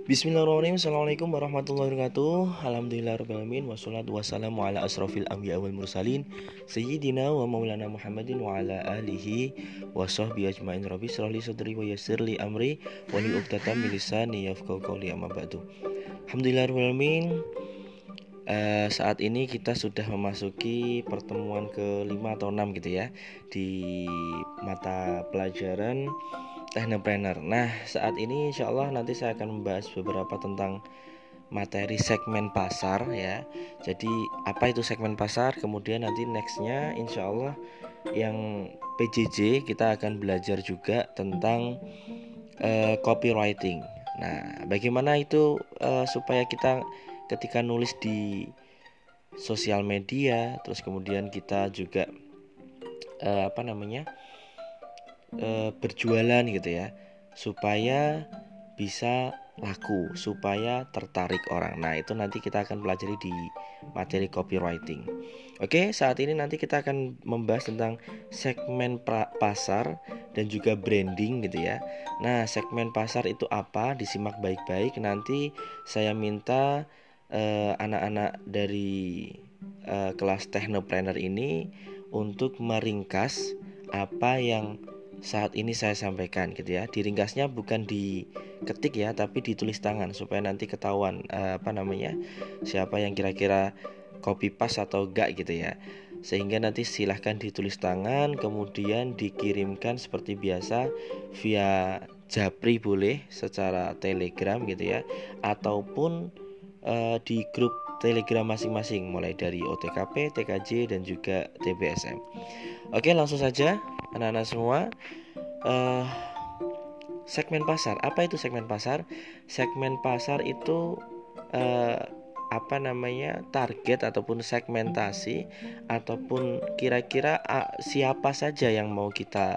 Bismillahirrahmanirrahim. Assalamualaikum warahmatullahi wabarakatuh. Alhamdulillahirrahmanirrahim. Wassalatu wassalamu ala asrafil anbiya wal mursalin Sayyidina wa maulana Muhammadin wa ala alihi wa sahbihi ajma'in. Rabbi shrah li sadri wa yassir li amri wahlul 'uqdatam min lisani yafqahu qawli. Amma ba'du. Alhamdulillahirrahmanirrahim. Saat ini kita sudah memasuki pertemuan ke-5 atau 6 gitu ya, di mata pelajaran Technopreneur. Nah, saat ini insya Allah nanti saya akan membahas beberapa tentang materi segmen pasar ya. Jadi apa itu segmen pasar? Kemudian nanti nextnya insya Allah yang PJJ kita akan belajar juga tentang copywriting. Nah, bagaimana itu supaya kita ketika nulis di sosial media, terus kemudian kita juga berjualan gitu ya, supaya bisa laku, supaya tertarik orang. Nah, itu nanti kita akan pelajari di materi copywriting. Oke, saat ini nanti kita akan membahas tentang segmen pasar dan juga branding gitu ya. Nah, segmen pasar itu apa? Disimak baik-baik. Nanti saya minta anak-anak dari kelas Technopreneur ini untuk meringkas apa yang saat ini saya sampaikan gitu ya. Diringkasnya bukan diketik ya, tapi ditulis tangan supaya nanti ketahuan siapa yang kira-kira copy paste atau enggak gitu ya. Sehingga nanti silahkan ditulis tangan, kemudian dikirimkan seperti biasa via Japri boleh, secara Telegram gitu ya, ataupun di grup Telegram masing-masing mulai dari OTKP, TKJ dan juga TBSM. Oke, langsung saja anak-anak semua. Segmen pasar. Apa itu segmen pasar? Segmen pasar itu target ataupun segmentasi ataupun kira-kira siapa saja yang mau kita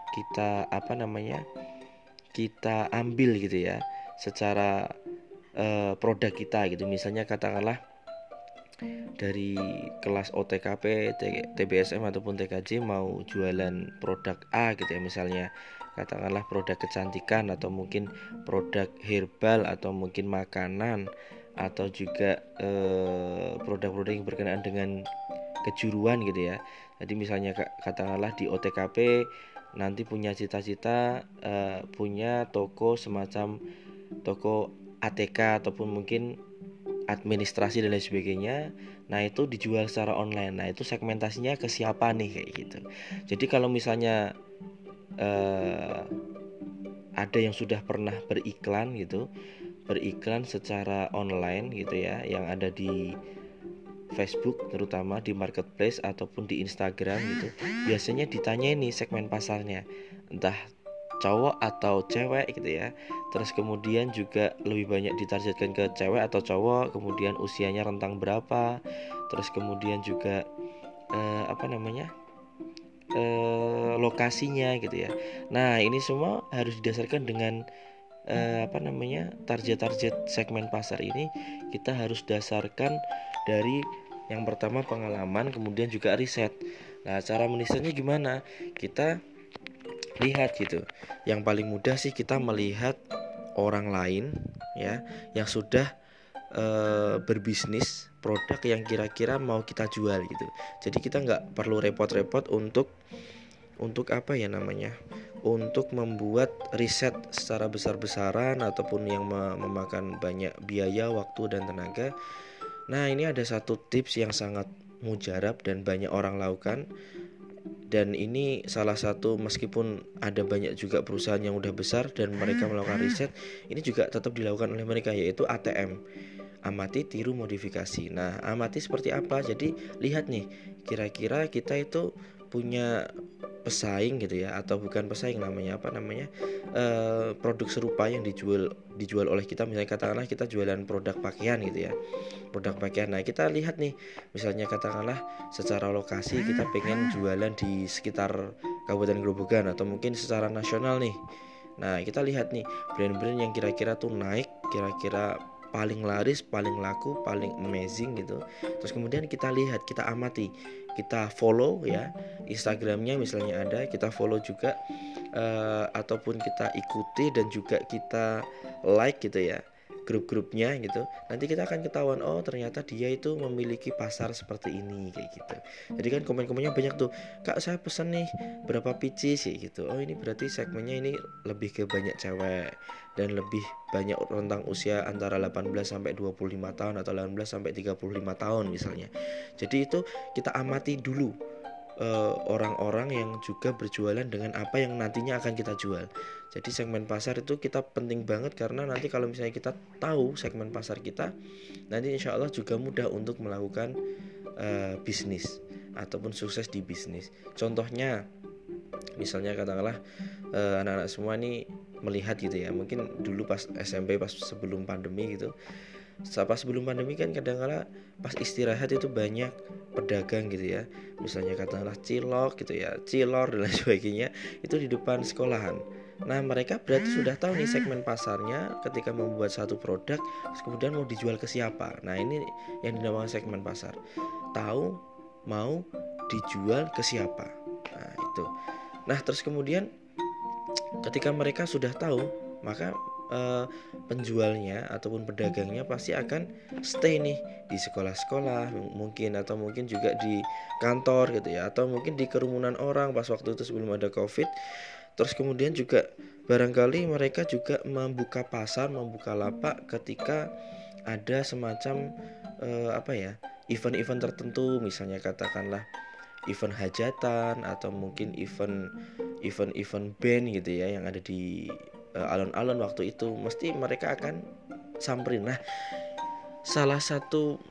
kita ambil gitu ya secara produk kita gitu. Misalnya katakanlah dari kelas OTKP, TBSM ataupun TKJ mau jualan produk A gitu ya, misalnya katakanlah produk kecantikan atau mungkin produk herbal atau mungkin makanan atau juga produk-produk yang berkenaan dengan kejuruan gitu ya. Jadi misalnya katakanlah di OTKP nanti punya cita-cita punya toko semacam toko ATK ataupun mungkin administrasi dan lain sebagainya. Nah, itu dijual secara online. Nah, itu segmentasinya ke siapa nih kayak gitu. Jadi kalau misalnya ada yang sudah pernah beriklan gitu, beriklan secara online gitu ya, yang ada di Facebook terutama di marketplace ataupun di Instagram gitu, biasanya ditanya nih segmen pasarnya, entah cowok atau cewek gitu ya. Terus kemudian juga lebih banyak ditargetkan ke cewek atau cowok, kemudian usianya rentang berapa, terus kemudian juga lokasinya gitu ya. Nah, ini semua harus didasarkan dengan target-target segmen pasar ini kita harus dasarkan dari yang pertama pengalaman, kemudian juga riset. Nah, cara merisetnya gimana? Kita lihat gitu. Yang paling mudah sih kita melihat orang lain ya yang sudah berbisnis produk yang kira-kira mau kita jual gitu. Jadi kita nggak perlu repot-repot untuk untuk membuat riset secara besar-besaran ataupun yang memakan banyak biaya, waktu dan tenaga. Nah, ini ada satu tips yang sangat mujarab dan banyak orang lakukan. Dan ini salah satu, meskipun ada banyak juga perusahaan yang udah besar dan mereka melakukan riset, ini juga tetap dilakukan oleh mereka, yaitu ATM, amati tiru modifikasi. Nah, amati seperti apa? Jadi lihat nih, kira-kira kita itu punya pesaing gitu ya, atau bukan pesaing, produk serupa yang dijual oleh kita. Misalnya katakanlah kita jualan produk pakaian gitu ya, produk pakaian. Nah, kita lihat nih, misalnya katakanlah secara lokasi kita pengen jualan di sekitar Kabupaten Grobogan atau mungkin secara nasional nih. Nah, kita lihat nih brand-brand yang kira-kira tuh naik, kira-kira paling laris, paling laku, paling amazing gitu. Terus kemudian kita lihat, kita amati, kita follow ya Instagramnya misalnya ada, kita follow juga ataupun kita ikuti dan juga kita like gitu ya. grup-grupnya gitu, nanti kita akan ketahuan, oh ternyata dia itu memiliki pasar seperti ini kayak gitu. Jadi kan komen-komennya banyak tuh, kak saya pesen nih berapa pieces sih gitu. Oh ini berarti segmennya ini lebih ke banyak cewek dan lebih banyak rentang usia antara 18 sampai 25 tahun atau 18 sampai 35 tahun misalnya. Jadi itu kita amati dulu orang-orang yang juga berjualan dengan apa yang nantinya akan kita jual. Jadi segmen pasar itu kita penting banget, karena nanti kalau misalnya kita tahu segmen pasar kita, nanti insya Allah juga mudah untuk melakukan bisnis ataupun sukses di bisnis. Contohnya misalnya katakanlah anak-anak semua nih melihat gitu ya, mungkin dulu pas SMP, pas sebelum pandemi gitu, pas sebelum pandemi kan kadang-kala pas istirahat itu banyak pedagang gitu ya, misalnya katakanlah cilok gitu ya, cilor dan lain sebagainya, itu di depan sekolahan. Nah mereka berarti sudah tahu nih segmen pasarnya ketika membuat satu produk, terus kemudian mau dijual ke siapa. Nah ini yang dinamakan segmen pasar, tahu mau dijual ke siapa. Nah itu. Nah terus kemudian ketika mereka sudah tahu, maka penjualnya ataupun pedagangnya pasti akan stay nih di sekolah-sekolah mungkin, atau mungkin juga di kantor gitu ya, atau mungkin di kerumunan orang pas waktu itu sebelum ada COVID. Terus kemudian juga barangkali mereka juga membuka pasar, membuka lapak ketika ada semacam event-event tertentu, misalnya katakanlah event hajatan atau mungkin event band gitu ya yang ada di alun-alun waktu itu, mesti mereka akan samperin. Nah, salah satu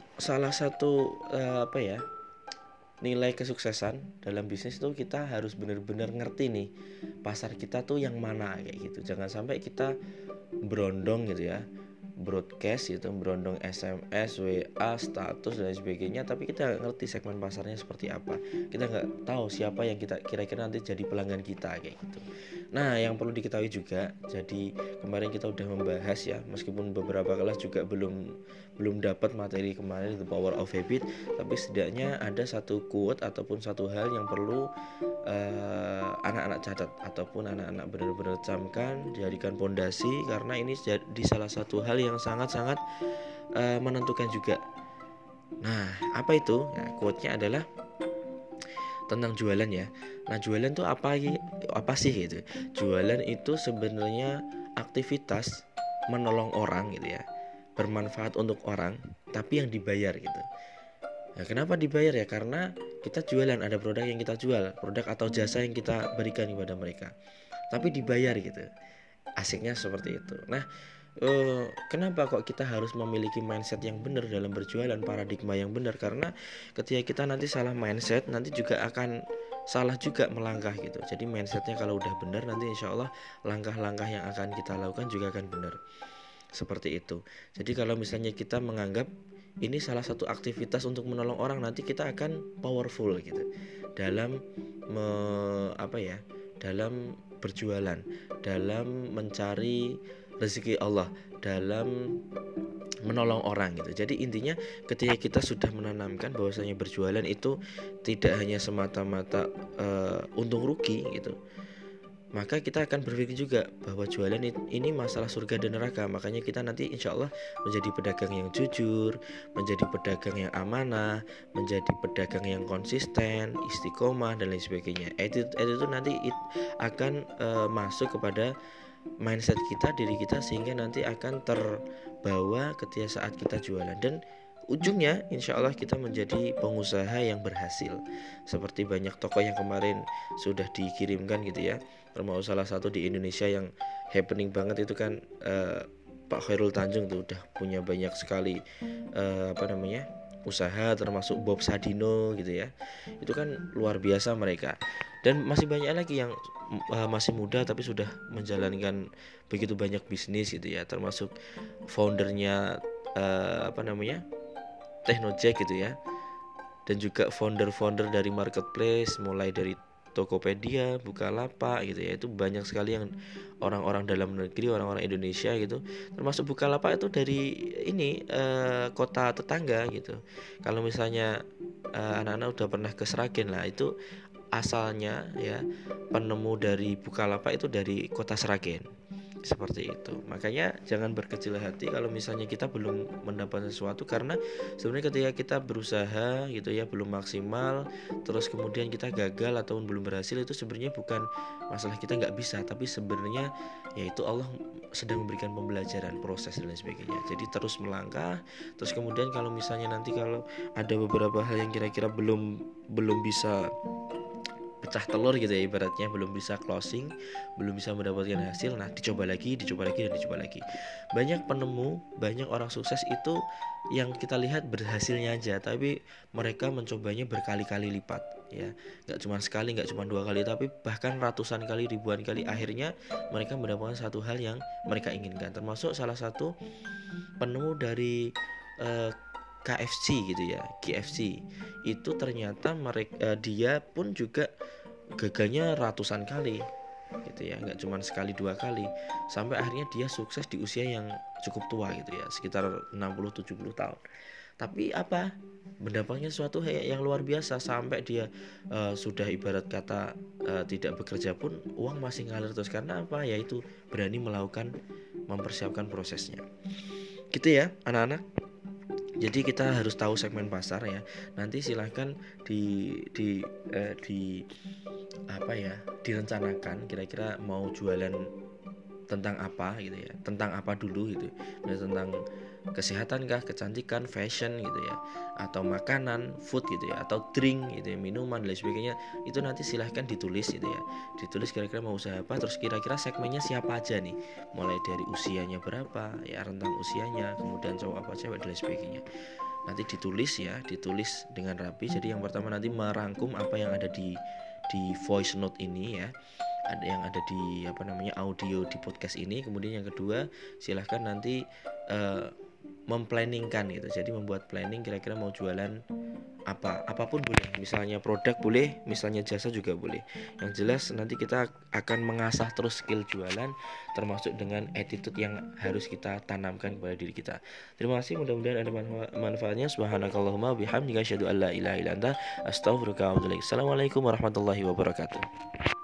nilai kesuksesan dalam bisnis itu kita harus benar-benar ngerti nih pasar kita tuh yang mana kayak gitu. Jangan sampai kita berondong gitu ya, broadcast gitu, berondong SMS, WA, status dan sebagainya, tapi kita nggak ngerti segmen pasarnya seperti apa. Kita nggak tahu siapa yang kita kira-kira nanti jadi pelanggan kita kayak gitu. Nah yang perlu diketahui juga, jadi kemarin kita udah membahas ya, meskipun beberapa kelas juga belum dapat materi kemarin itu Power of Habit, tapi setidaknya ada satu quote ataupun satu hal yang perlu anak-anak catat ataupun anak-anak benar-benar camkan, jadikan pondasi, karena ini jadi salah satu hal yang sangat-sangat menentukan juga. Nah apa itu? Nah, quote-nya adalah tentang jualan ya. Nah jualan tuh apa sih gitu? Jualan itu sebenarnya aktivitas menolong orang gitu ya, bermanfaat untuk orang, tapi yang dibayar gitu. Nah, kenapa dibayar ya? Karena kita jualan, ada produk yang kita jual, produk atau jasa yang kita berikan kepada mereka, tapi dibayar gitu. Asiknya seperti itu. Nah, kenapa kok kita harus memiliki mindset yang benar dalam berjualan, paradigma yang benar? Karena ketika kita nanti salah mindset, nanti juga akan salah juga melangkah gitu. Jadi mindsetnya kalau udah benar, nanti insya Allah langkah-langkah yang akan kita lakukan juga akan benar. Seperti itu. Jadi kalau misalnya kita menganggap ini salah satu aktivitas untuk menolong orang, nanti kita akan powerful gitu dalam dalam berjualan, dalam mencari rezeki Allah, dalam menolong orang gitu. Jadi intinya ketika kita sudah menanamkan bahwasanya berjualan itu tidak hanya semata-mata untung rugi gitu, maka kita akan berpikir juga bahwa jualan ini masalah surga dan neraka. Makanya kita nanti insya Allah menjadi pedagang yang jujur, menjadi pedagang yang amanah, menjadi pedagang yang konsisten, istiqomah dan lain sebagainya. Itu nanti akan masuk kepada mindset kita, diri kita, sehingga nanti akan terbawa ketika saat kita jualan, dan ujungnya insya Allah kita menjadi pengusaha yang berhasil. Seperti banyak tokoh yang kemarin sudah dikirimkan gitu ya, termasuk salah satu di Indonesia yang happening banget itu kan Pak Khairul Tanjung tuh udah punya banyak sekali usaha, termasuk Bob Sadino gitu ya. Itu kan luar biasa mereka. Dan masih banyak lagi yang masih muda tapi sudah menjalankan begitu banyak bisnis gitu ya, termasuk foundernya Technojack gitu ya, dan juga founder dari marketplace mulai dari Tokopedia, Bukalapak gitu ya. Itu banyak sekali yang orang-orang dalam negeri, orang-orang Indonesia gitu. Termasuk Bukalapak itu dari kota tetangga gitu. Kalau misalnya anak-anak udah pernah ke Sragen lah, itu asalnya ya penemu dari Bukalapak itu dari kota Sragen. Seperti itu. Makanya jangan berkecil hati kalau misalnya kita belum mendapat sesuatu, karena sebenarnya ketika kita berusaha gitu ya belum maksimal, terus kemudian kita gagal atau belum berhasil, itu sebenarnya bukan masalah kita nggak bisa, tapi sebenarnya yaitu Allah sedang memberikan pembelajaran, proses dan lain sebagainya. Jadi terus melangkah. Terus kemudian kalau misalnya nanti kalau ada beberapa hal yang kira-kira belum bisa pecah telur gitu ya, ibaratnya belum bisa closing, belum bisa mendapatkan hasil, nah dicoba lagi dan dicoba lagi. Banyak penemu, banyak orang sukses itu yang kita lihat berhasilnya aja, tapi mereka mencobanya berkali-kali lipat ya, nggak cuma sekali, nggak cuma 2 kali, tapi bahkan ratusan kali, ribuan kali. Akhirnya mereka mendapatkan satu hal yang mereka inginkan. Termasuk salah satu penemu dari KFC gitu ya, KFC itu ternyata dia pun juga gagalnya ratusan kali gitu ya, nggak cuma sekali 2 kali, sampai akhirnya dia sukses di usia yang cukup tua gitu ya, sekitar 60-70 tahun. Tapi apa, mendapatkan sesuatu yang luar biasa, sampai dia sudah ibarat kata tidak bekerja pun uang masih ngalir terus. Karena apa, yaitu berani mempersiapkan prosesnya gitu ya anak-anak. Jadi kita harus tahu segmen pasar ya. Nanti silahkan di apa ya, direncanakan kira-kira mau jualan tentang apa gitu ya, tentang apa dulu gitu. Tentang kesehatan kah, kecantikan, fashion gitu ya, atau makanan, food gitu ya, atau drink gitu ya, minuman dan lain sebagainya. Itu nanti silahkan ditulis gitu ya, ditulis kira-kira mau usaha apa, terus kira-kira segmennya siapa aja nih, mulai dari usianya berapa ya, rentang usianya, kemudian cowok apa cewek dan lain sebagainya. Nanti ditulis ya, ditulis dengan rapi. Jadi yang pertama nanti merangkum apa yang ada di voice note ini ya, ada yang ada di audio di podcast ini. Kemudian yang kedua, silahkan nanti memplanningkan gitu. Jadi membuat planning kira-kira mau jualan apapun boleh, misalnya produk boleh, misalnya jasa juga boleh. Yang jelas nanti kita akan mengasah terus skill jualan, termasuk dengan attitude yang harus kita tanamkan kepada diri kita. Terima kasih, mudah-mudahan ada manfaatnya. Subhanakallahumma bihamdika asyhadu an la ilaha illa anta astaghfiruka wa atubu ilaik. Assalamualaikum warahmatullahi wabarakatuh.